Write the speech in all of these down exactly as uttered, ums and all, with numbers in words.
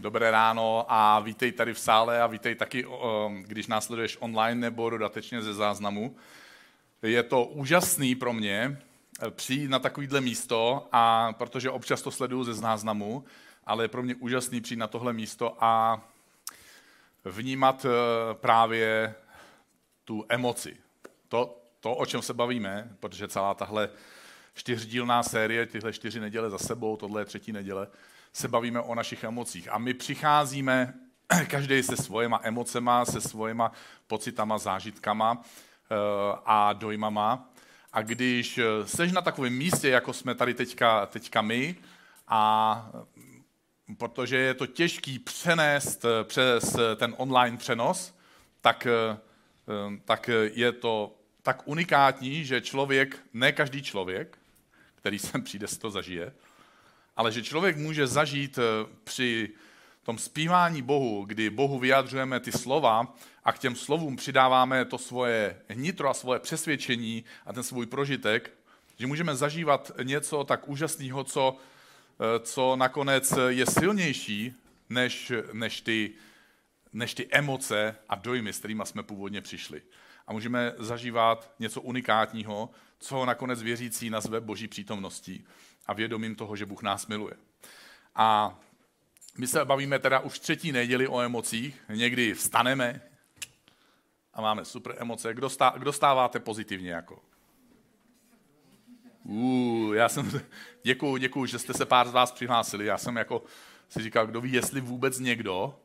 Dobré ráno a vítej tady v sále a vítej taky, když nás sleduješ online nebo dodatečně ze záznamu. Je to úžasný pro mě přijít na takovýhle místo, a protože občas to sleduju ze záznamu, ale je pro mě úžasný přijít na tohle místo a vnímat právě tu emoci. To, to, o čem se bavíme, protože celá tahle čtyřdílná série, tyhle čtyři neděle za sebou, tohle je třetí neděle, se bavíme o našich emocích. A my přicházíme, každý se svojima emocema, se svojima pocitama, zážitkama a dojmama. A když seš na takovém místě, jako jsme tady teďka, teďka my, a protože je to těžký přenést přes ten online přenos, tak, tak je to tak unikátní, že člověk, ne každý člověk, který sem přijde, si to zažije, ale že člověk může zažít při tom zpívání Bohu, kdy Bohu vyjadřujeme ty slova a k těm slovům přidáváme to svoje nitro a svoje přesvědčení a ten svůj prožitek, že můžeme zažívat něco tak úžasného, co, co nakonec je silnější než, než, ty, než ty emoce a dojmy, s kterými jsme původně přišli. A můžeme zažívat něco unikátního, co nakonec věřící nazve Boží přítomností a vědomím toho, že Bůh nás miluje. A my se bavíme teda už třetí neděli o emocích. Někdy vstaneme a máme super emoce. Kdo, stá, kdo stáváte pozitivně jako? Uh, já jsem, děkuju, děkuju, že jste se pár z vás přihlásili. Já jsem jako si říkal, kdo ví, jestli vůbec někdo.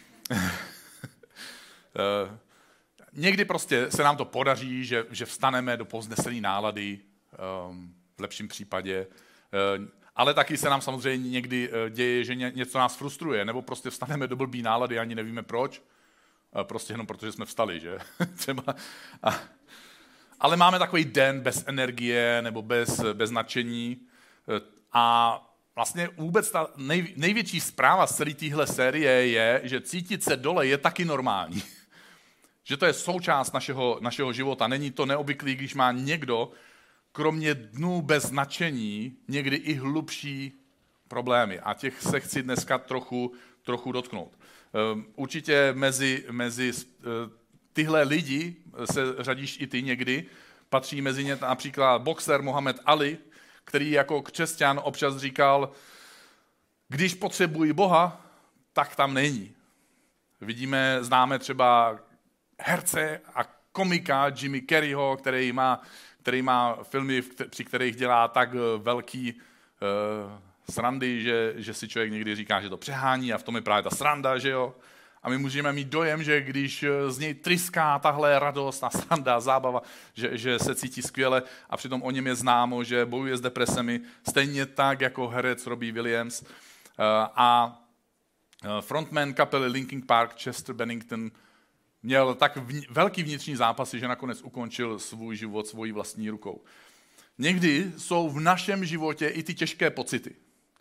Někdy prostě se nám to podaří, že, že vstaneme do povznesené nálady, um, v lepším případě, uh, ale taky se nám samozřejmě někdy uh, děje, že ně, něco nás frustruje, nebo prostě vstaneme do blbý nálady, ani nevíme proč, uh, prostě jenom protože jsme vstali, že? Třeba. A, ale máme takový den bez energie nebo bez, bez nadšení uh, a vlastně vůbec ta nej, největší zpráva z celé téhle série je, že cítit se dole je taky normální. Že to je součást našeho, našeho života. Není to neobvyklý, když má někdo, kromě dnů bez značení, někdy i hlubší problémy. A těch se chci dneska trochu, trochu dotknout. Určitě mezi, mezi tyhle lidi se řadíš i ty někdy. Patří mezi ně například boxer Muhammad Ali, který jako křesťan občas říkal, když potřebuji Boha, tak tam není. Vidíme, známe třeba herce a komika Jimmy Carreyho, který má, který má filmy, při kterých dělá tak velký uh, srandy, že, že si člověk někdy říká, že to přehání a v tom je právě ta sranda, že jo. A my můžeme mít dojem, že když z něj tryská tahle radost a sranda, zábava, že, že se cítí skvěle a přitom o něm je známo, že bojuje s depresemi, stejně tak jako herec Robbie Williams. Uh, a frontman kapely Linkin Park Chester Bennington měl tak vn- velký vnitřní zápasy, že nakonec ukončil svůj život svojí vlastní rukou. Někdy jsou v našem životě i ty těžké pocity.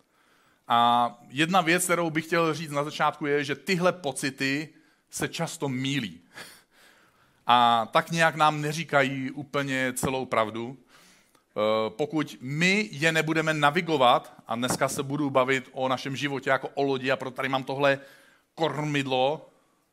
A jedna věc, kterou bych chtěl říct na začátku, je, že tyhle pocity se často mýlí. A tak nějak nám neříkají úplně celou pravdu. Pokud my je nebudeme navigovat, a dneska se budu bavit o našem životě jako o lodi, a proto tady mám tohle kormidlo,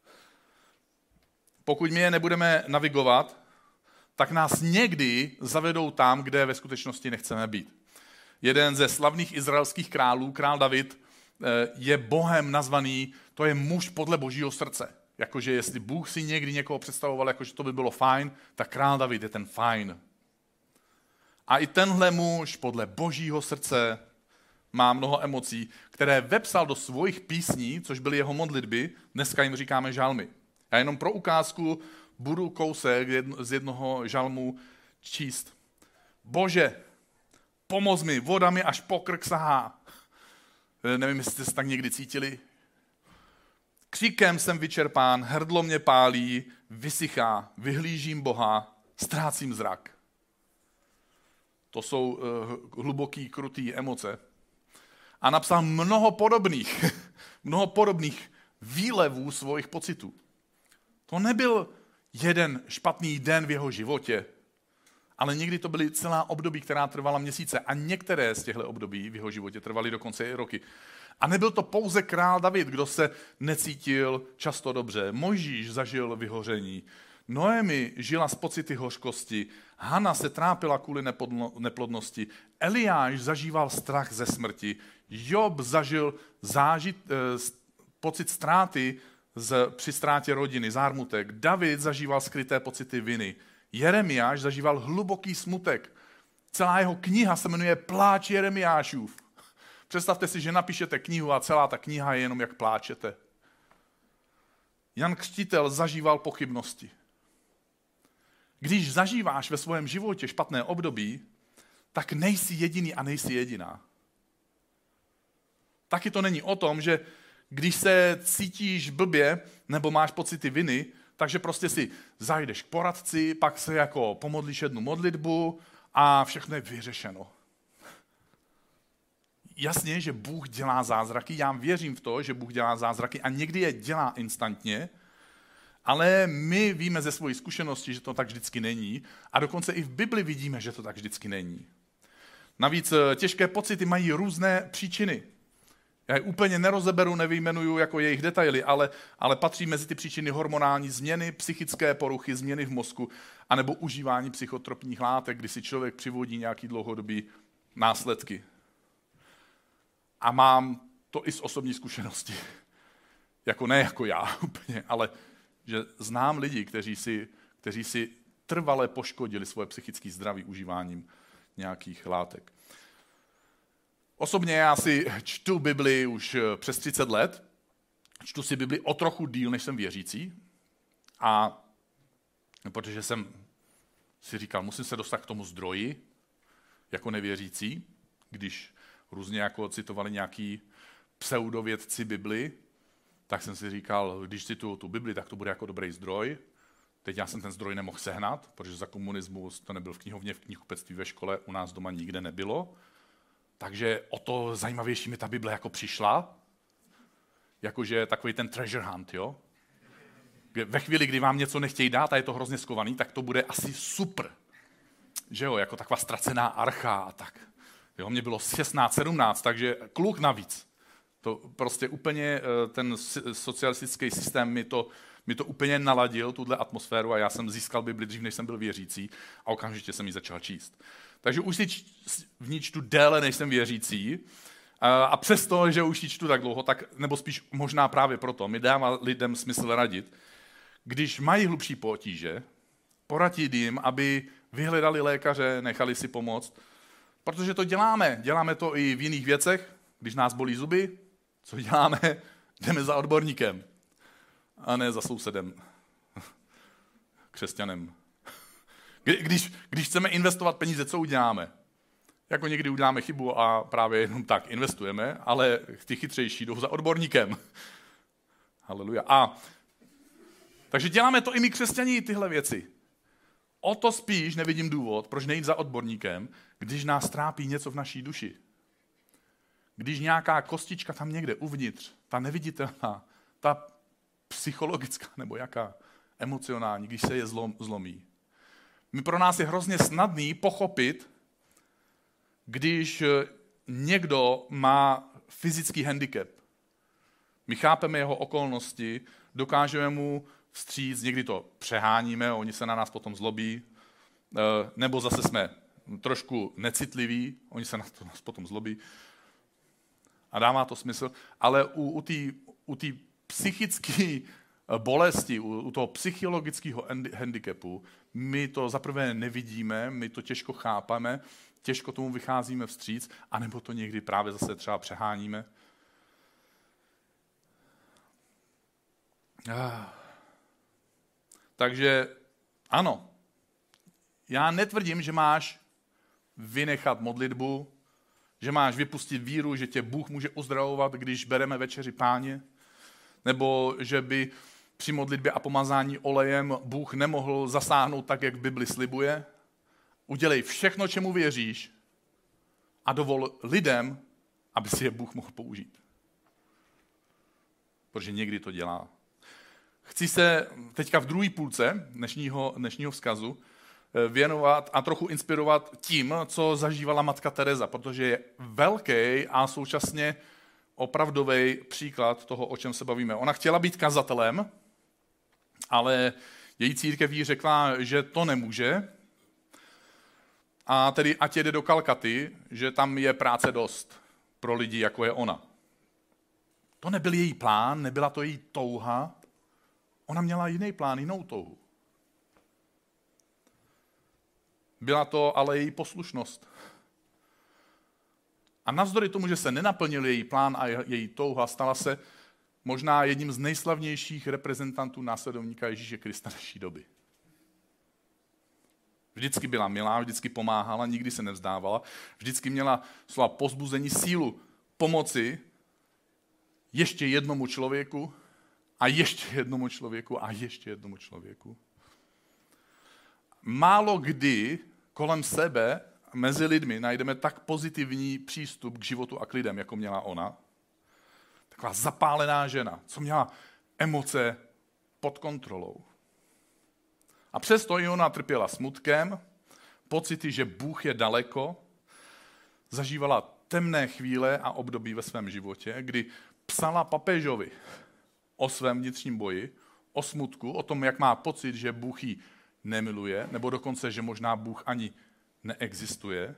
pokud my je nebudeme navigovat, tak nás někdy zavedou tam, kde ve skutečnosti nechceme být. Jeden ze slavných izraelských králů, král David, je Bohem nazvaný, to je muž podle Božího srdce. Jakože jestli Bůh si někdy někoho představoval, jakože to by bylo fajn, tak král David je ten fajn. A i tenhle muž podle Božího srdce má mnoho emocí, které vepsal do svých písní, což byly jeho modlitby, dneska jim říkáme žalmy. Já jenom pro ukázku budu kousek z jednoho žalmu číst. Bože, pomoz mi, voda mi až po krk sahá. Nevím, jestli jste se tak někdy cítili. Křikem jsem vyčerpán, hrdlo mě pálí, vysychá, vyhlížím Boha, ztrácím zrak. To jsou uh, hluboký, krutý emoce. A napsal mnoho podobných, mnoho podobných výlevů svých pocitů. To nebyl jeden špatný den v jeho životě, ale někdy to byly celá období, která trvala měsíce a některé z těchto období v jeho životě trvaly dokonce i roky. A nebyl to pouze král David, kdo se necítil často dobře. Mojžíš zažil vyhoření. Noemi žila z pocity hořkosti. Hana se trápila kvůli neplodnosti. Eliáš zažíval strach ze smrti. Job zažil zážit, eh, pocit ztráty z, při ztrátě rodiny, zármutek. David zažíval skryté pocity viny. Jeremiáš zažíval hluboký smutek. Celá jeho kniha se jmenuje Pláč Jeremiášův. Představte si, že napíšete knihu a celá ta kniha je jenom jak pláčete. Jan Křtitel zažíval pochybnosti. Když zažíváš ve svém životě špatné období, tak nejsi jediný a nejsi jediná. Taky to není o tom, že když se cítíš blbě nebo máš pocity viny, takže prostě si zajdeš k poradci, pak se jako pomodlíš jednu modlitbu a všechno je vyřešeno. Jasně, že Bůh dělá zázraky, já věřím v to, že Bůh dělá zázraky a někdy je dělá instantně, ale my víme ze své zkušenosti, že to tak vždycky není a dokonce i v Bibli vidíme, že to tak vždycky není. Navíc těžké pocity mají různé příčiny. Já je úplně nerozeberu, nevyjmenuju jako jejich detaily, ale, ale patří mezi ty příčiny hormonální změny, psychické poruchy, změny v mozku, anebo užívání psychotropních látek, kdy si člověk přivodí nějaký dlouhodobý následky. A mám to i z osobní zkušenosti. Jako ne jako já úplně, ale že znám lidi, kteří si, kteří si trvale poškodili svoje psychické zdraví užíváním nějakých látek. Osobně já si čtu Bibli už přes třicet let. Čtu si Bibli o trochu díl, než jsem věřící. A protože jsem si říkal, musím se dostat k tomu zdroji, jako nevěřící, když různě jako citovali nějaký pseudovědci Bibli, tak jsem si říkal, když cituju tu Bibli, tak to bude jako dobrý zdroj. Teď já jsem ten zdroj nemohl sehnat, protože za komunismu to nebyl v knihovně, v knihkupectví ve škole, u nás doma nikde nebylo. Takže o to zajímavější mi ta Bible jako přišla. Jakože takový ten treasure hunt, jo. Ve chvíli, kdy vám něco nechtějí dát a je to hrozně skovaný, tak to bude asi super. Že jo, jako taková ztracená archa a tak. Jo, mě bylo šestnáct, sedmnáct, takže kluk navíc. To prostě úplně ten socialistický systém mi to, mi to úplně naladil, tuhle atmosféru a já jsem získal Bibli dřív, než jsem byl věřící a okamžitě jsem ji začal číst. Takže už si č- v ní čtu déle, než jsem věřící a přesto, že už ji čtu tak dlouho, tak, nebo spíš možná právě proto, mi dává lidem smysl radit, když mají hlubší potíže, poradit jim, aby vyhledali lékaře, nechali si pomoct, protože to děláme. Děláme to i v jiných věcech, když nás bolí zuby, co děláme? Jdeme za odborníkem a ne za sousedem, křesťanem. Když, když chceme investovat peníze, co uděláme? Jako někdy uděláme chybu a právě jenom tak investujeme, ale ty chytřejší jdou za odborníkem. Haleluja. A takže děláme to i my křesťaní, tyhle věci. O to spíš nevidím důvod, proč nejít za odborníkem, když nás trápí něco v naší duši. Když nějaká kostička tam někde uvnitř, ta neviditelná, ta psychologická nebo jaká emocionální, když se je zlom, zlomí. My pro nás je hrozně snadný pochopit, když někdo má fyzický handicap. My chápeme jeho okolnosti, dokážeme mu vstříc, někdy to přeháníme, oni se na nás potom zlobí, nebo zase jsme trošku necitliví, oni se na nás potom zlobí. A dává to smysl, ale u, u té u psychické bolesti, u, u toho psychologického handicapu, my to zaprvé nevidíme, my to těžko chápeme, těžko tomu vycházíme vstříc, anebo to někdy právě zase třeba přeháníme. Ah. Takže ano, já netvrdím, že máš vynechat modlitbu, že máš vypustit víru, že tě Bůh může uzdravovat, když bereme večeři Páně, nebo že by při modlitbě a pomazání olejem Bůh nemohl zasáhnout tak, jak v Bibli slibuje. Udělej všechno, čemu věříš a dovol lidem, aby si je Bůh mohl použít. Protože někdy to dělá. Chci se teďka v druhé půlce dnešního, dnešního vzkazu věnovat a trochu inspirovat tím, co zažívala matka Teresa, protože je velký a současně opravdový příklad toho, o čem se bavíme. Ona chtěla být kazatelem, ale její církev jí řekla, že to nemůže, a tedy ať jede do Kalkaty, že tam je práce dost pro lidi, jako je ona. To nebyl její plán, nebyla to její touha, ona měla jiný plán, jinou touhu. Byla to ale její poslušnost. A navzdory tomu, že se nenaplnil její plán a její touha, stala se možná jedním z nejslavnějších reprezentantů následovníka Ježíše Krista naší doby. Vždycky byla milá, vždycky pomáhala, nikdy se nevzdávala, vždycky měla slova povzbuzení, sílu pomoci ještě jednomu člověku a ještě jednomu člověku a ještě jednomu člověku. Málo kdy kolem sebe mezi lidmi najdeme tak pozitivní přístup k životu a k lidem, jako měla ona. Taková zapálená žena, co měla emoce pod kontrolou. A přesto i ona trpěla smutkem, pocity, že Bůh je daleko, zažívala temné chvíle a období ve svém životě, kdy psala papežovi o svém vnitřním boji, o smutku, o tom, jak má pocit, že Bůh ji nemiluje, nebo dokonce, že možná Bůh ani neexistuje.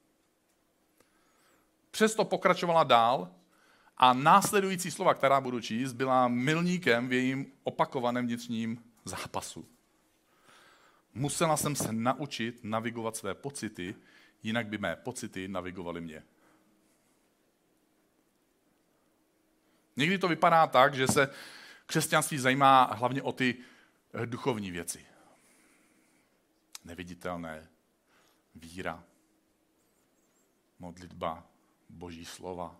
Přesto pokračovala dál a následující slova, která budu číst, byla milníkem v jejím opakovaném vnitřním zápasu. Musela jsem se naučit navigovat své pocity, jinak by mé pocity navigovaly mě. Někdy to vypadá tak, že se křesťanství zajímá hlavně o ty duchovní věci. Neviditelné, víra, modlitba, boží slova,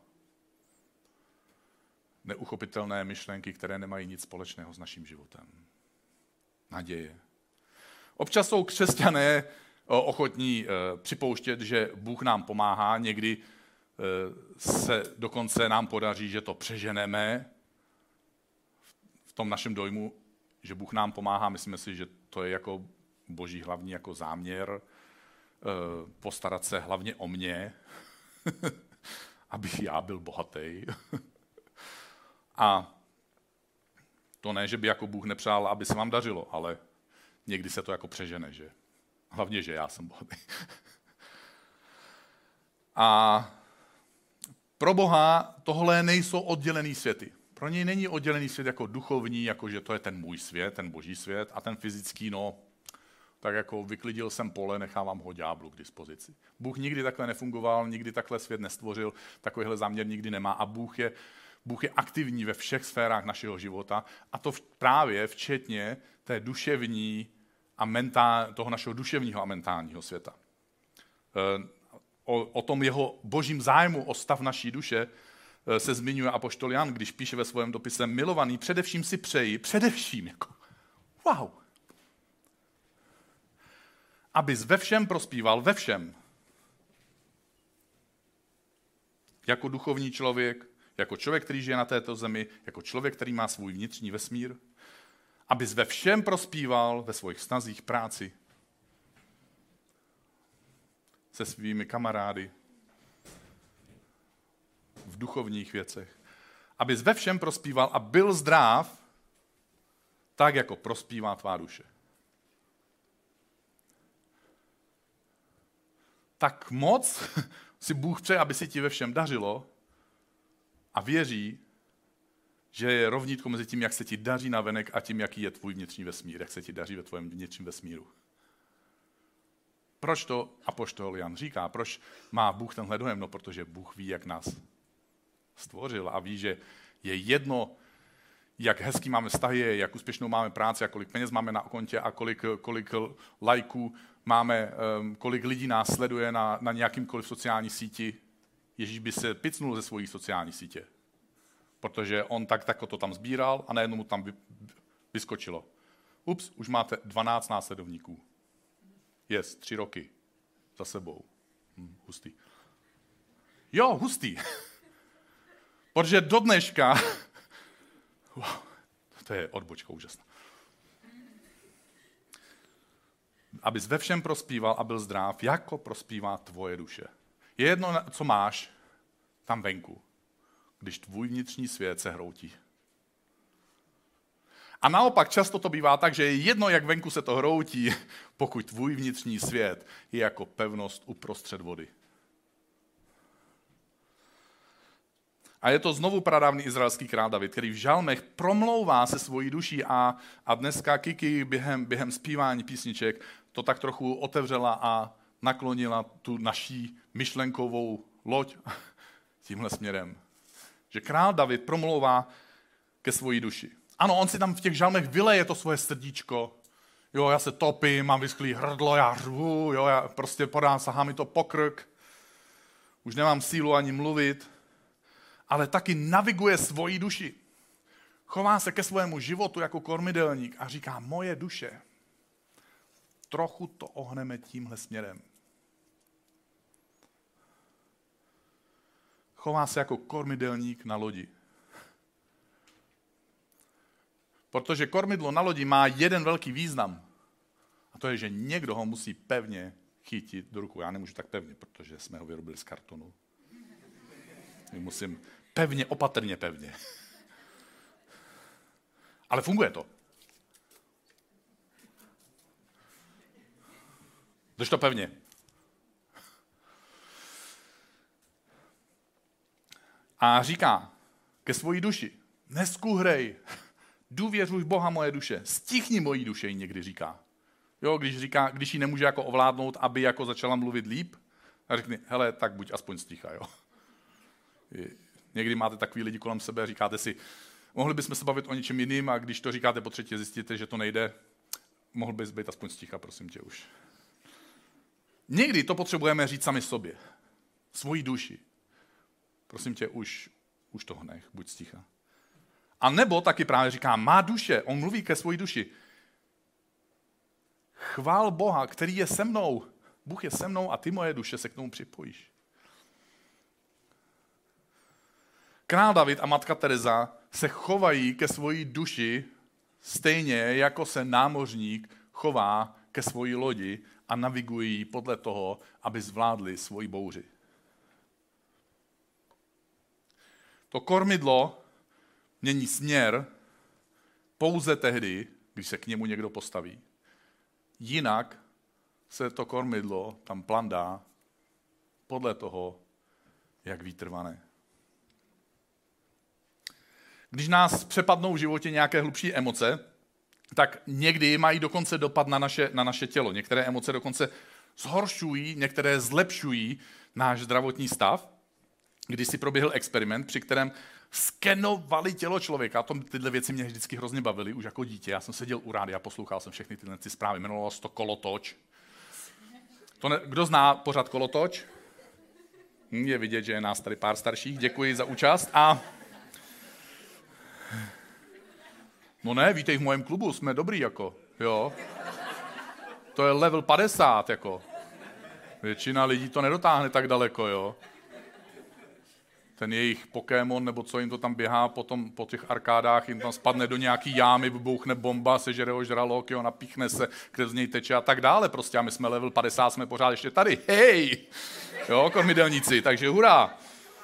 neuchopitelné myšlenky, které nemají nic společného s naším životem. Naděje. Občas jsou křesťané ochotní připouštět, že Bůh nám pomáhá, někdy se dokonce nám podaří, že to přeženeme v tom našem dojmu, že Bůh nám pomáhá. Myslíme si, že to je jako boží hlavní jako záměr, postarat se hlavně o mě, abych já byl bohatý. A to ne, že by jako Bůh nepřál, aby se vám dařilo, ale někdy se to jako přežene, že? Hlavně, že já jsem bohatý. A pro Boha tohle nejsou oddělený světy. Pro něj není oddělený svět jako duchovní, jako že to je ten můj svět, ten boží svět, a ten fyzický, no, tak jako vyklidil jsem pole, nechávám ho ďáblu k dispozici. Bůh nikdy takhle nefungoval, nikdy takhle svět nestvořil, takovýhle záměr nikdy nemá a Bůh je, Bůh je aktivní ve všech sférách našeho života, a to právě včetně té duševní a mentál, toho našeho duševního a mentálního světa. O, o tom jeho božím zájmu o stav naší duše se zmiňuje apoštol Jan, když píše ve svém dopise: milovaný, především si přeji, především, jako, wow, abys ve všem prospíval, ve všem. Jako duchovní člověk, jako člověk, který žije na této zemi, jako člověk, který má svůj vnitřní vesmír, abys ve všem prospíval, ve svých vztazích, práci, se svými kamarády, v duchovních věcech. Abys ve všem prospíval a byl zdrav, tak jako prospívá tvá duše. Tak moc si Bůh přeje, aby se ti ve všem dařilo, a věří, že je rovnítko mezi tím, jak se ti daří navenek, a tím, jaký je tvůj vnitřní vesmír, jak se ti daří ve tvém vnitřním vesmíru. Proč to apoštol Jan říká? Proč má Bůh tenhle dojem? No, protože Bůh ví, jak nás stvořil a ví, že je jedno, jak hezký máme vztahy, jak úspěšnou máme práci a kolik peněz máme na kontě a kolik, kolik lajků máme, kolik lidí nás sleduje na, na nějakýmkoliv sociální síti. Ježíš by se picnul ze svojí sociální sítě, protože on tak tako to tam sbíral a najednou mu tam vy, vyskočilo. Ups, už máte dvanáct následovníků. Yes, tři roky za sebou. Hm, hustý. Jo, hustý. Protože do dneška, wow, to je odbočka úžasná. Abys ve všem prospíval a byl zdrav, jako prospívá tvoje duše. Je jedno, co máš tam venku. když tvůj vnitřní svět se hroutí. A naopak často to bývá tak, že je jedno, jak venku se to hroutí, pokud tvůj vnitřní svět je jako pevnost uprostřed vody. A je to znovu pradávný izraelský král David, který v žalmech promlouvá se svojí duší a, a dneska Kiki během, během zpívání písniček to tak trochu otevřela a naklonila tu naší myšlenkovou loď tímhle směrem. Že král David promlouvá ke svojí duši. Ano, on si tam v těch žalmech vyleje to svoje srdíčko. Jo, já se topím, mám vyschlý hrdlo, já řvu, jo, já prostě podám, sahá mi to pokrk. Už nemám sílu ani mluvit. Ale taky naviguje svoji duši. Chová se ke svému životu jako kormidelník a říká, moje duše, trochu to ohneme tímhle směrem. Chová se jako kormidelník na lodi. Protože kormidlo na lodi má jeden velký význam. A to je, že někdo ho musí pevně chytit do ruku. Já nemůžu tak pevně, protože jsme ho vyrobili z kartonu. Musím pevně, opatrně pevně. Ale funguje to. Drž to pevně. A říká ke svojí duši, neskuhrej, důvěřuj v Boha moje duše, stichni mojí duše, někdy říká. Jo, když říká, když ji nemůže jako ovládnout, aby jako začala mluvit líp, a řekni, hele, tak buď aspoň sticha, jo. Někdy máte takový lidi kolem sebe a říkáte si, mohli bychom se bavit o něčem jiným a když to říkáte po třetí, zjistíte, že to nejde, mohl bys být aspoň sticha, prosím tě už. Někdy to potřebujeme říct sami sobě, svojí duši. Prosím tě, už, už toho nech, buď sticha. A nebo taky právě říká, má duše, on mluví ke svojí duši. Chvál Boha, který je se mnou. Bůh je se mnou a ty moje duše se k tomu připojíš. Král David a matka Tereza se chovají ke svojí duši stejně, jako se námořník chová ke svojí lodi a navigují podle toho, aby zvládli svoji bouři. To kormidlo mění směr pouze tehdy, když se k němu někdo postaví. Jinak se to kormidlo tam plandá podle toho, jak vítr vane. Když nás přepadnou v životě nějaké hlubší emoce, tak někdy mají dokonce dopad na naše, na naše tělo. Některé emoce dokonce zhoršují, některé zlepšují náš zdravotní stav. Když si proběhl experiment, při kterém skenovali tělo člověka. Tom tyhle věci mě vždycky hrozně bavily, už jako dítě. Já jsem seděl u rádia, poslouchal jsem všechny tyhle zprávy. Jmenovalo se to Kolotoč. To ne, kdo zná pořad Kolotoč? Je vidět, že je nás tady pár starších. Děkuji za účast. A no ne, vítej v mém klubu, jsme dobrý, jako, jo. To je level padesát, jako. Většina lidí to nedotáhne tak daleko, jo. Ten jejich Pokémon, nebo co jim to tam běhá potom po těch arkádách, jim tam spadne do nějaký jámy, bouchne bomba, sežere ho žralok, jo, napíchne se, krev z něj teče a tak dále. Prostě a my jsme level padesát, jsme pořád ještě tady. Hej! Jo, kormidelníci, takže hurá!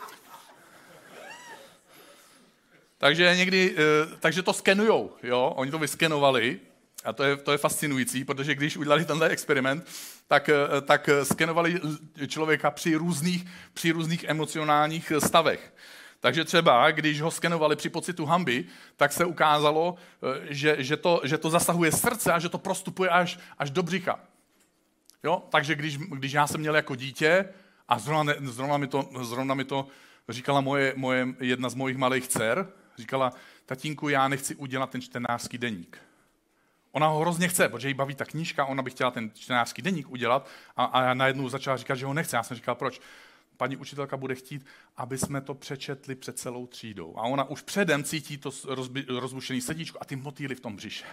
Takže někdy, takže to skenujou, jo, oni to vyskenovali a to je, to je fascinující, protože když udělali tenhle experiment, tak, tak skenovali člověka při různých, při různých emocionálních stavech. Takže třeba, když ho skenovali při pocitu hanby, tak se ukázalo, že, že, to, že to zasahuje srdce a že to prostupuje až, až do břicha. Jo? Takže když, když já jsem měl jako dítě a zrovna, zrovna, mi, to, zrovna mi to říkala moje, moje, jedna z mojich malých dcer, říkala, tatínku, já nechci udělat ten čtenářský deník. Ona ho hrozně chce, protože jí baví ta knížka, ona by chtěla ten čtenářský deník udělat a, a já najednou začala říkat, že ho nechce. Já jsem říkal, proč? Paní učitelka bude chtít, aby jsme to přečetli před celou třídou. A ona už předem cítí to rozbušený sedíčko a ty motýly v tom břiše.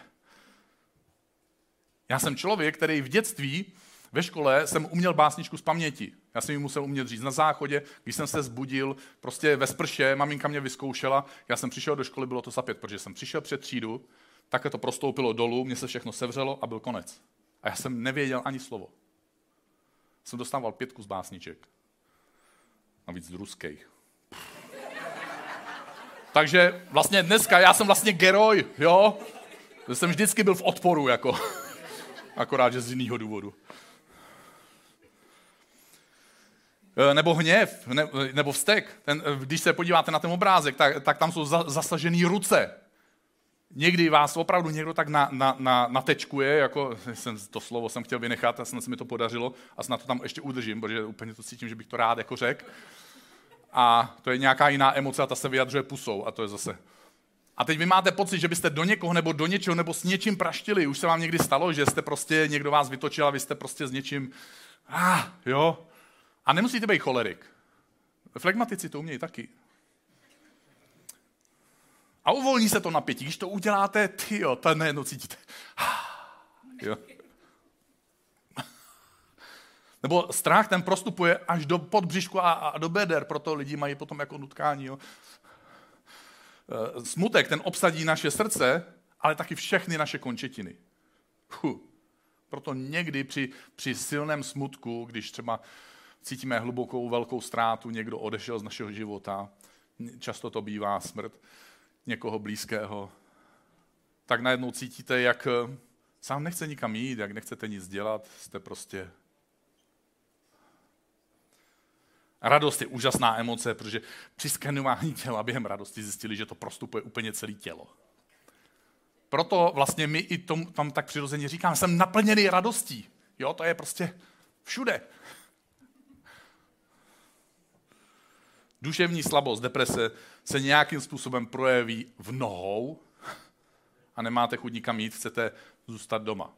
Já jsem člověk, který v dětství ve škole jsem uměl básničku z paměti. Já jsem ji musel umět říct na záchodě, když jsem se zbudil, prostě ve sprše, maminka mě vyzkoušela, já jsem přišel do školy, bylo to za pět, protože jsem přišel před třídu, takhle to prostoupilo dolů, mně se všechno sevřelo a byl konec. A já jsem nevěděl ani slovo. Jsem dostával pětku z básniček. Navíc z ruských. Takže vlastně dneska já jsem vlastně geroj, jo? Já jsem vždycky byl v odporu, jako. Akorát, že z jiného důvodu. Nebo hněv, ne, nebo vztek. Ten, když se podíváte na ten obrázek, tak, tak tam jsou za, zasažený ruce. Někdy vás opravdu někdo tak na, na, na, natečkuje, jako jsem, to slovo jsem chtěl vynechat a snad se mi to podařilo a snad to tam ještě udržím, protože úplně to cítím, že bych to rád jako řekl. A to je nějaká jiná emoce a ta se vyjadřuje pusou a to je zase. A teď vy máte pocit, že byste do někoho nebo do něčeho nebo s něčím praštili. Už se vám někdy stalo, že jste prostě, někdo vás vytočil a vy jste prostě s něčím, ah, jo. A nemusíte být cholerik. Flegmatici to umějí taky. A uvolní se to napětí. Když to uděláte, tyjo, to najednou cítíte. Jo. Nebo strach, ten prostupuje až do podbřišku a, a do beder, proto lidi mají potom jako nutkání. Jo. Smutek, ten obsadí naše srdce, ale taky všechny naše končetiny. Huh. Proto někdy při, při silném smutku, když třeba cítíme hlubokou velkou ztrátu, někdo odešel z našeho života, často to bývá smrt někoho blízkého, tak najednou cítíte, jak sám nechce nikam jít, jak nechcete nic dělat, jste prostě... Radost je úžasná emoce, protože při skenování těla během radosti zjistili, že to prostupuje úplně celé tělo. Proto vlastně my i tom, tam tak přirozeně říkám, jsem naplněný radostí. Jo, to je prostě všude. Duševní slabost, deprese se nějakým způsobem projeví v nohou a nemáte chuť nikam jít, chcete zůstat doma.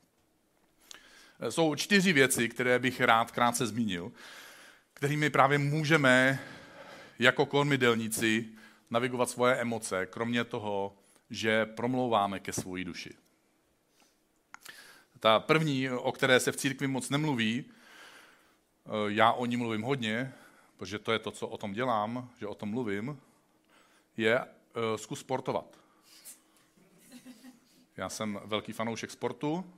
Jsou čtyři věci, které bych rád krátce zmínil, kterými právě můžeme jako kormidelníci navigovat svoje emoce, kromě toho, že promlouváme ke svojí duši. Ta první, o které se v církvi moc nemluví, já o ní mluvím hodně, protože to je to, co o tom dělám, že o tom mluvím, je uh, zkus sportovat. Já jsem velký fanoušek sportu,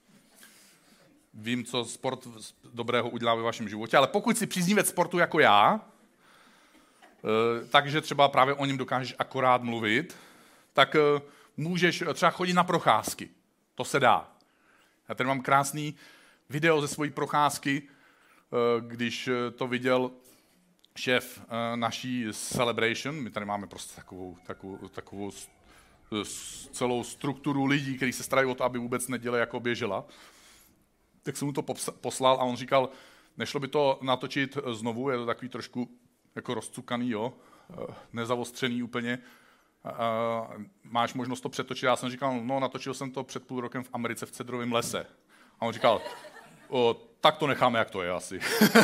vím, co sport dobrého udělá ve vašem životě, ale pokud jsi příznivec sportu jako já, uh, takže třeba právě o něm dokážeš akorát mluvit, tak uh, můžeš třeba chodit na procházky. To se dá. Já tady mám krásný video ze svojí procházky, uh, když to viděl šéf uh, naší Celebration, my tady máme prostě takovou, takovou, takovou s, celou strukturu lidí, kteří se starají o to, aby vůbec neděle jako běžela. Tak jsem mu to poslal a on říkal, nešlo by to natočit znovu, je to takový trošku jako rozcukaný, jo, nezavostřený úplně. Uh, máš možnost to přetočit? Já jsem říkal, no natočil jsem to před půl rokem v Americe v cedrovém lese. A on říkal, o, tak to necháme, jak to je asi.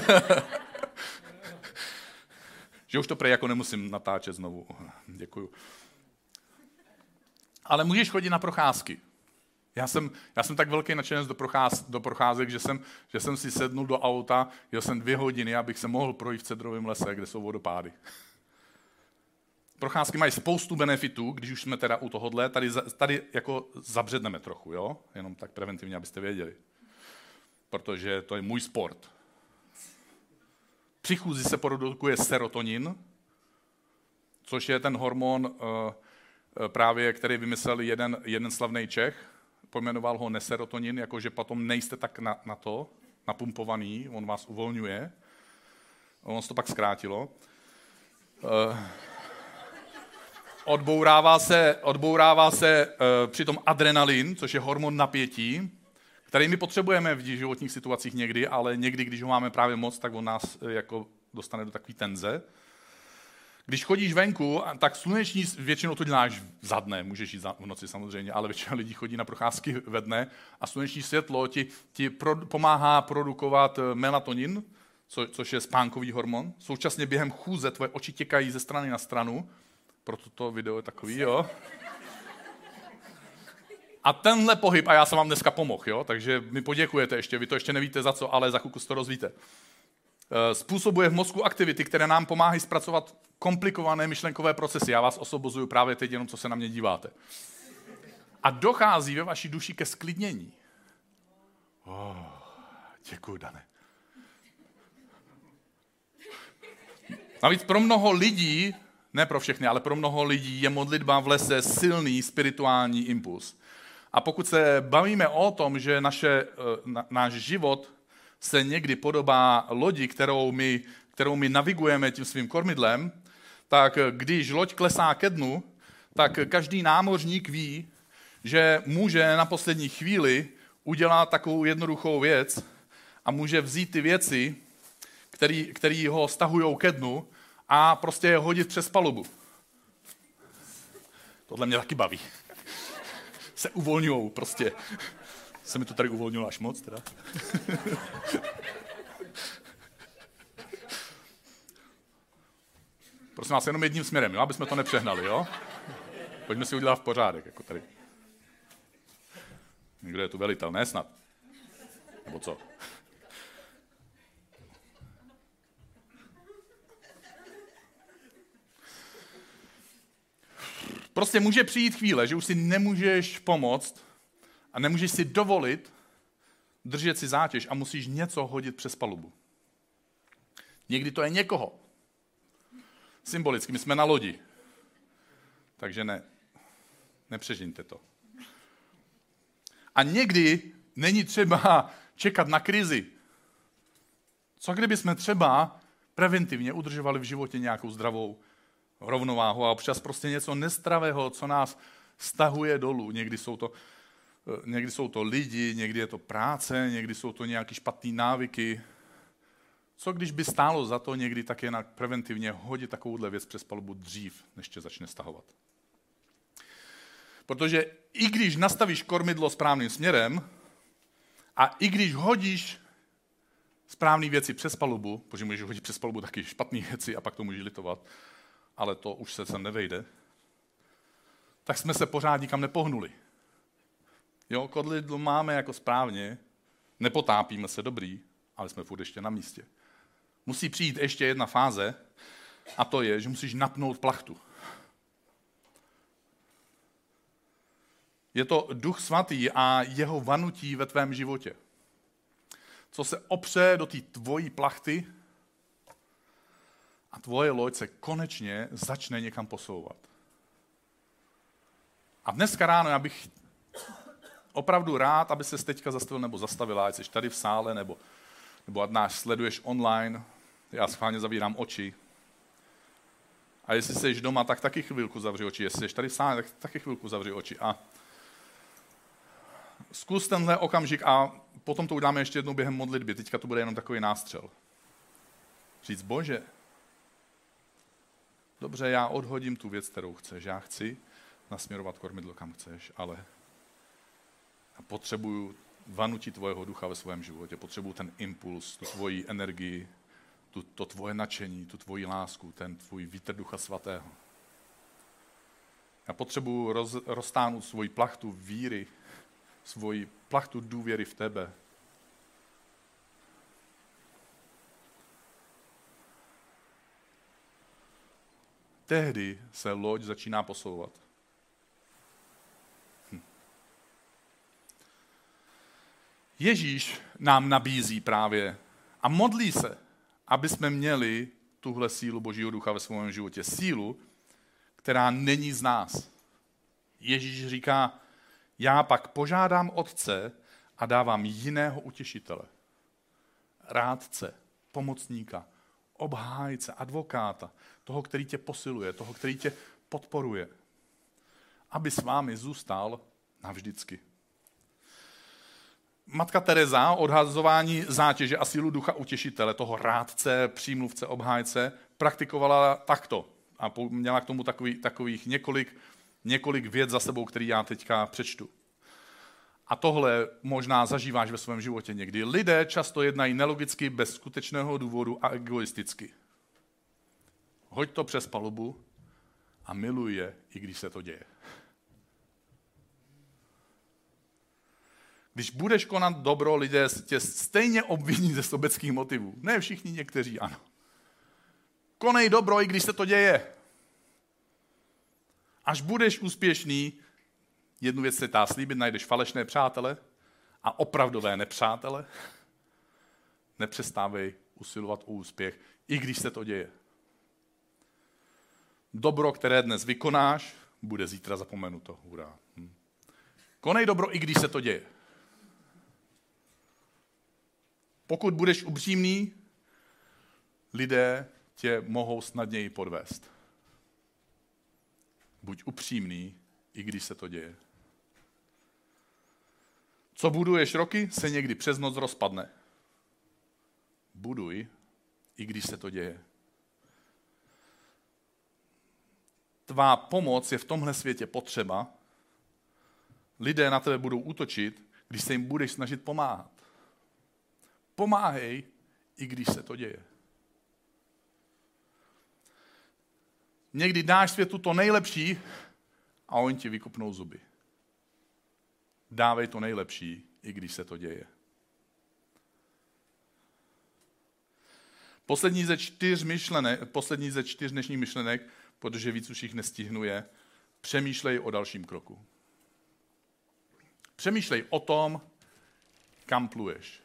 Že už to prej jako nemusím natáčet znovu. Děkuju. Ale můžeš chodit na procházky. Já jsem, já jsem tak velký nadšenec do, procház, do procházek, že jsem, že jsem si sednul do auta, jel jsem dvě hodiny, abych se mohl projít v cedrovém lese, kde jsou vodopády. Procházky mají spoustu benefitů, když už jsme teda u tohohle, tady, tady jako zabředneme trochu, jo? Jenom tak preventivně, abyste věděli. Protože to je můj sport. Při chůzi se produkuje serotonin, což je ten hormon, právě, který vymyslel jeden, jeden slavný Čech, pojmenoval ho neserotonin, jakože potom nejste tak na, na to, napumpovaný, on vás uvolňuje. On se to pak zkrátilo. Odbourává se, odbourává se uh, přitom adrenalin, což je hormon napětí, který my potřebujeme v životních situacích někdy, ale někdy, když ho máme právě moc, tak on nás uh, jako dostane do takové tenze. Když chodíš venku, tak sluneční, většinou to děláš za dne, můžeš jít v noci samozřejmě, ale většina lidí chodí na procházky ve dne a sluneční světlo ti, ti pro, pomáhá produkovat melatonin, co, což je spánkový hormon. Současně během chůze tvoje oči těkají ze strany na stranu, proto to video je takový, jo. A tenhle pohyb, a já jsem vám dneska pomohl, jo, takže mi poděkujete ještě, vy to ještě nevíte za co, ale za chvilku to rozvíte. Způsobuje v mozku aktivity, které nám pomáhají zpracovat komplikované myšlenkové procesy. Já vás osobozuju právě teď, jenom co se na mě díváte. A dochází ve vaší duši ke sklidnění. Oh, děkuju, Dane. Navíc pro mnoho lidí ne pro všechny, ale pro mnoho lidí je modlitba v lese silný spirituální impuls. A pokud se bavíme o tom, že naše, na, náš život se někdy podobá lodi, kterou my, kterou my navigujeme tím svým kormidlem, tak když loď klesá ke dnu, tak každý námořník ví, že může na poslední chvíli udělat takovou jednoduchou věc a může vzít ty věci, které ho stahují ke dnu a prostě je hodit přes palubu. Tohle mě taky baví. Se uvolňujou prostě. Se mi to tady uvolnilo až moc teda. Prosím vás, jenom jedním směrem, jo? Aby jsme to nepřehnali, jo? Pojďme si udělat v pořádek, jako tady. Někdo je tu velitel, ne snad? Nebo co? Prostě může přijít chvíle, že už si nemůžeš pomoct a nemůžeš si dovolit držet si zátěž a musíš něco hodit přes palubu. Někdy to je někoho. Symbolicky, my jsme na lodi. Takže ne, nepřežijte to. A někdy není třeba čekat na krizi. Co kdyby jsme třeba preventivně udržovali v životě nějakou zdravou rovnováhu a občas prostě něco nestravého, co nás stahuje dolů. Někdy jsou to, někdy jsou to lidi, někdy je to práce, někdy jsou to nějaké špatné návyky. Co když by stálo za to někdy tak jen preventivně hodit takovouhle věc přes palubu dřív, než tě začne stahovat? Protože i když nastavíš kormidlo správným směrem a i když hodíš správné věci přes palubu, protože můžeš hodit přes palubu taky špatné věci a pak to můžeš litovat, ale to už se sem nevejde, tak jsme se pořád nikam nepohnuli. Jo, kormidlo máme jako správně, nepotápíme se dobrý, ale jsme furt ještě na místě. Musí přijít ještě jedna fáze a to je, že musíš napnout plachtu. Je to Duch Svatý a jeho vanutí ve tvém životě. Co se opře do té tvojí plachty a tvoje loď se konečně začne někam posouvat. A dneska ráno já bych opravdu rád, aby ses teďka zastavil nebo zastavila, ať jsi tady v sále, nebo, nebo ať nás sleduješ online. Já schválně zavírám oči. A jestli jsi doma, tak taky chvilku zavři oči. Jestli jsi tady v sále, tak taky chvilku zavři oči. A zkus tenhle okamžik a potom to uděláme ještě jednou během modlitby. Teďka to bude jenom takový nástřel. Říct, Bože, dobře, já odhodím tu věc, kterou chceš. Já chci nasměrovat kormidlo, kam chceš, ale já potřebuju vanutí tvojeho ducha ve svém životě. Potřebuju ten impuls, tu tvoji energii, tu, to tvoje nadšení, tu tvoji lásku, ten tvůj vítr Ducha Svatého. Já potřebuju roz, roztáhnout svoji plachtu víry, svoji plachtu důvěry v tebe. Tehdy se loď začíná posouvat. Hm. Ježíš nám nabízí právě a modlí se, aby jsme měli tuhle sílu Božího ducha ve svém životě. Sílu, která není z nás. Ježíš říká, já pak požádám Otce a dávám jiného utěšitele. Rádce, pomocníka, obhájce, advokáta, toho, který tě posiluje, toho, který tě podporuje, aby s vámi zůstal navždycky. Matka Teresa odhazování zátěže a sílu ducha utěšitele, toho rádce, přímluvce, obhájce, praktikovala takto. A měla k tomu takový, takových několik, několik vět za sebou, který já teďka přečtu. A tohle možná zažíváš ve svém životě někdy. Lidé často jednají nelogicky, bez skutečného důvodu a egoisticky. Hoď to přes palubu a miluj je, i když se to děje. Když budeš konat dobro, lidé tě stejně obviní ze sobeckých motivů. Ne všichni, někteří ano. Konej dobro, i když se to děje. Až budeš úspěšný, jednu věc se dá slíbit, najdeš falešné přátele a opravdové nepřátele. Nepřestávej usilovat o úspěch, i když se to děje. dobro, které dnes vykonáš, bude zítra zapomenuto. Hurá. Hm. Konej dobro, i když se to děje. Pokud budeš upřímný, lidé tě mohou snadněji podvést. Buď upřímný, i když se to děje. Co buduješ roky, se někdy přes noc rozpadne. Buduj, i když se to děje. Tvá pomoc je v tomhle světě potřeba. Lidé na tebe budou útočit, když se jim budeš snažit pomáhat. Pomáhej, i když se to děje. Někdy dáš světu to nejlepší a oni ti vykopnou zuby. Dávej to nejlepší, i když se to děje. Poslední ze čtyř, myšlenek, poslední ze čtyř dnešních myšlenek, protože víc už jich nestihnu, je přemýšlej o dalším kroku. Přemýšlej o tom, kam pluješ.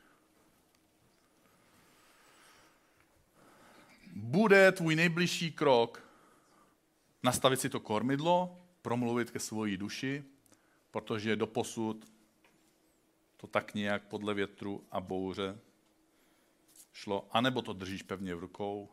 Bude tvůj nejbližší krok nastavit si to kormidlo, promluvit ke svojí duši, protože doposud to tak nějak podle větru a bouře šlo, anebo to držíš pevně v rukou,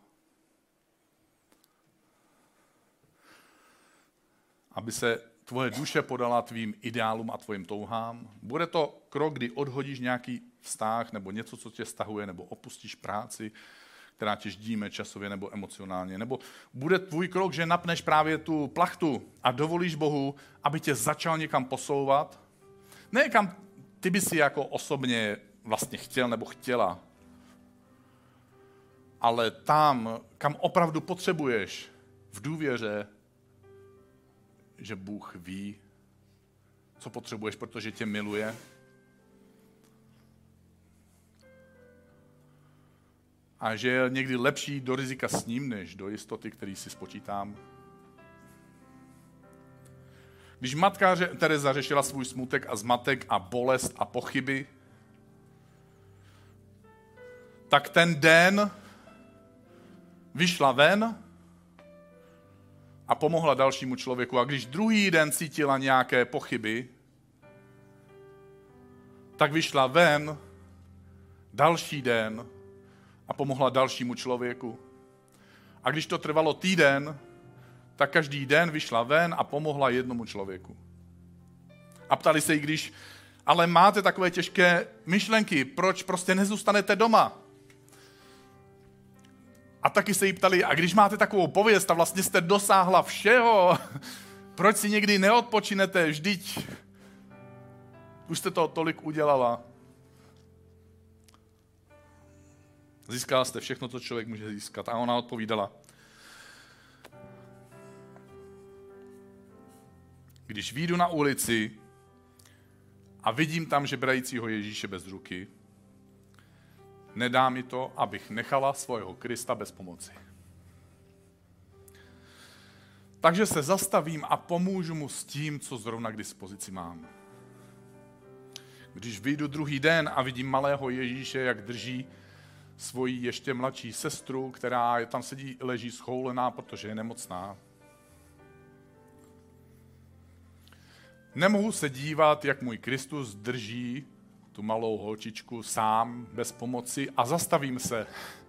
aby se tvoje duše podala tvým ideálům a tvojim touhám. Bude to krok, kdy odhodíš nějaký vztah nebo něco, co tě stahuje, nebo opustíš práci, která tě ždíme časově nebo emocionálně. Nebo bude tvůj krok, že napneš právě tu plachtu a dovolíš Bohu, aby tě začal někam posouvat. Ne kam ty by si jako osobně vlastně chtěl nebo chtěla, ale tam, kam opravdu potřebuješ, v důvěře, že Bůh ví, co potřebuješ, protože tě miluje. A že je někdy lepší do rizika s ním, než do jistoty, který si spočítám. Když matka Tereza řešila svůj smutek a zmatek a bolest a pochyby, tak ten den vyšla ven a pomohla dalšímu člověku. A když druhý den cítila nějaké pochyby, tak vyšla ven další den a pomohla dalšímu člověku. A když to trvalo týden, tak každý den vyšla ven a pomohla jednomu člověku. A ptali se jí, když ale máte takové těžké myšlenky, proč prostě nezůstanete doma? A taky se jí ptali, a když máte takovou pověst a vlastně jste dosáhla všeho, proč si někdy neodpočinete, vždyť už jste to tolik udělala. Získala jste všechno, co člověk může získat. A ona odpovídala, když vyjdu na ulici a vidím tam žebrajícího Ježíše bez ruky, nedá mi to, abych nechala svého Krista bez pomoci. Takže se zastavím a pomůžu mu s tím, co zrovna k dispozici mám. Když vyjdu druhý den a vidím malého Ježíše, jak drží svoji ještě mladší sestru, která je tam sedí, leží schoulená, protože je nemocná. Nemohu se dívat, jak můj Kristus drží tu malou holčičku sám, bez pomoci, a zastavím se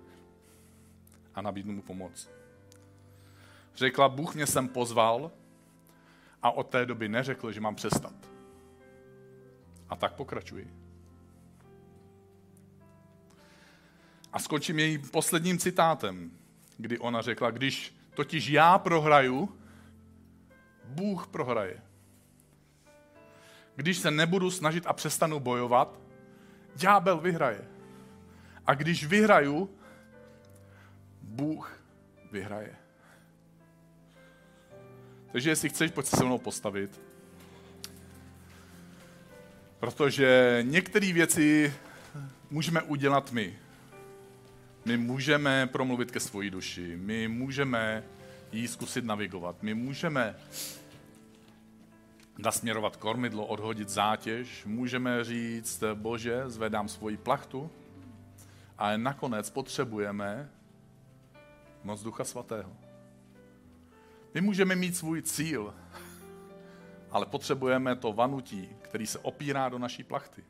a nabídnu mu pomoc. Řekla, Bůh mě sem pozval a od té doby neřekl, že mám přestat. A tak pokračuji. A skončím jejím posledním citátem, kdy ona řekla, když totiž já prohraju, Bůh prohraje. Když se nebudu snažit a přestanu bojovat, ďábel vyhraje. A když vyhraju, Bůh vyhraje. Takže jestli chceš, pojď se se mnou postavit. Protože některé věci můžeme udělat my. My můžeme promluvit ke svojí duši, my můžeme jí zkusit navigovat, my můžeme nasměrovat kormidlo, odhodit zátěž, můžeme říct, Bože, zvedám svoji plachtu, ale nakonec potřebujeme moc Ducha Svatého. My můžeme mít svůj cíl, ale potřebujeme to vanutí, který se opírá do naší plachty.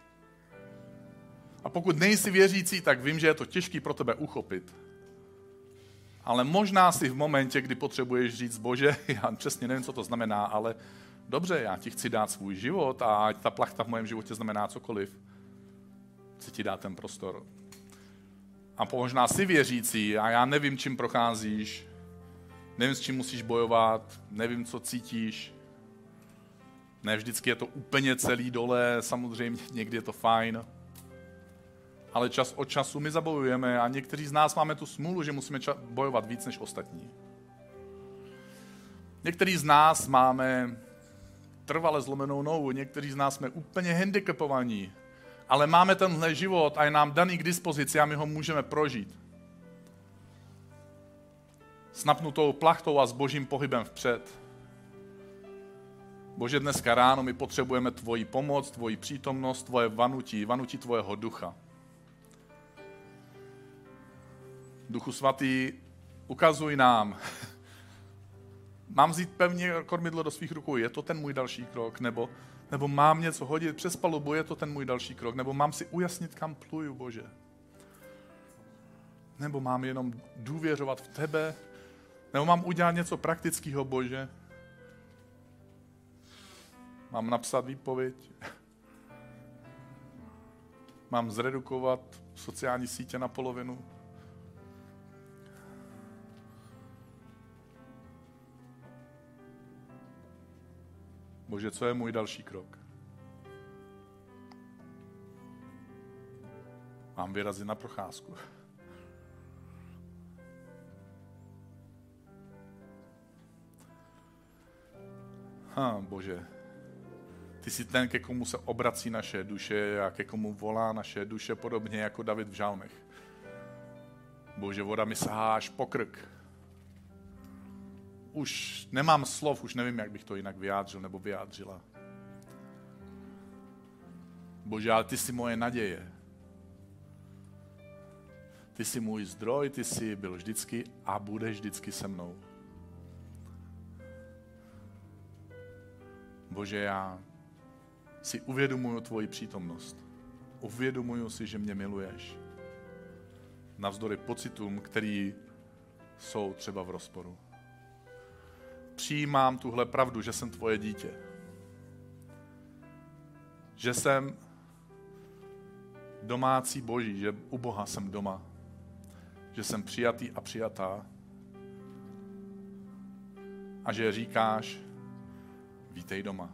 A pokud nejsi věřící, tak vím, že je to těžký pro tebe uchopit. Ale možná si v momentě, kdy potřebuješ říct, Bože, já přesně nevím, co to znamená, ale dobře, já ti chci dát svůj život a ať ta plachta v mém životě znamená cokoliv, chci ti dát ten prostor. A možná jsi věřící a já nevím, čím procházíš, nevím, s čím musíš bojovat, nevím, co cítíš. Ne vždycky je to úplně celý dole, samozřejmě někdy je to fajn. Ale čas od času my zabojujeme a někteří z nás máme tu smůlu, že musíme ča- bojovat víc než ostatní. Někteří z nás máme trvale zlomenou nohu, někteří z nás jsme úplně handicapovaní, ale máme tenhle život a je nám daný k dispozici a my ho můžeme prožít. S napnutou plachtou a s božím pohybem vpřed. Bože, dneska ráno my potřebujeme tvoji pomoc, tvoji přítomnost, tvoje vanutí, vanutí tvojeho ducha. Duchu svatý, ukazuj nám. Mám vzít pevně kormidlo do svých rukou, je to ten můj další krok? Nebo, nebo mám něco hodit přes palubu, je to ten můj další krok? Nebo mám si ujasnit, kam pluju, Bože? Nebo mám jenom důvěřovat v tebe? Nebo mám udělat něco praktického, Bože? Mám napsat výpověď? Mám zredukovat sociální sítě na polovinu? Bože, co je můj další krok? Mám vyrazit na procházku. Ha, Bože, ty jsi ten, ke komu se obrací naše duše a ke komu volá naše duše, podobně jako David v žalmech. Bože, voda mi sahá až po krk. Už nemám slov, už nevím, jak bych to jinak vyjádřil nebo vyjádřila. Bože, ale ty jsi moje naděje. Ty jsi můj zdroj, ty jsi byl vždycky a budeš vždycky se mnou. Bože, já si uvědomuju tvoji přítomnost. Uvědomuju si, že mě miluješ. Navzdory pocitům, který jsou třeba v rozporu. Přijímám tuhle pravdu, že jsem tvoje dítě. Že jsem domácí Boží, že u Boha jsem doma. Že jsem přijatý a přijatá. A že říkáš, vítej doma.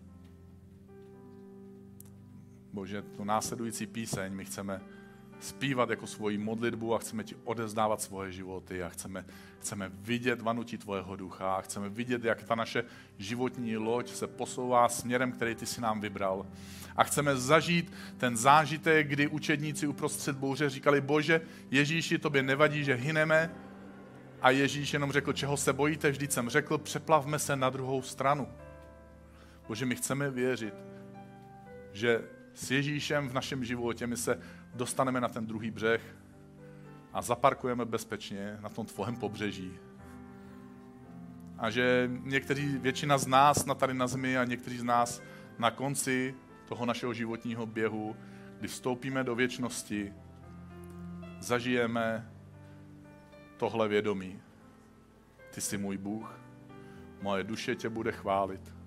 Bože, tu následující píseň my chceme zpívat jako svoji modlitbu a chceme ti odevzdávat svoje životy a chceme, chceme vidět vanutí tvojeho ducha a chceme vidět, jak ta naše životní loď se posouvá směrem, který ty si nám vybral. A chceme zažít ten zážitek, kdy učedníci uprostřed bouře říkali, Bože, Ježíši, tobě nevadí, že hyneme? A Ježíš jenom řekl, čeho se bojíte? Vždyť jsem řekl, přeplavme se na druhou stranu. Bože, my chceme věřit, že s Ježíšem v našem životě my se dostaneme na ten druhý břeh a zaparkujeme bezpečně na tom tvém pobřeží. A že někteří, většina z nás na tady na zemi a někteří z nás na konci toho našeho životního běhu, kdy vstoupíme do věčnosti, zažijeme tohle vědomí. Ty jsi můj Bůh, moje duše tě bude chválit.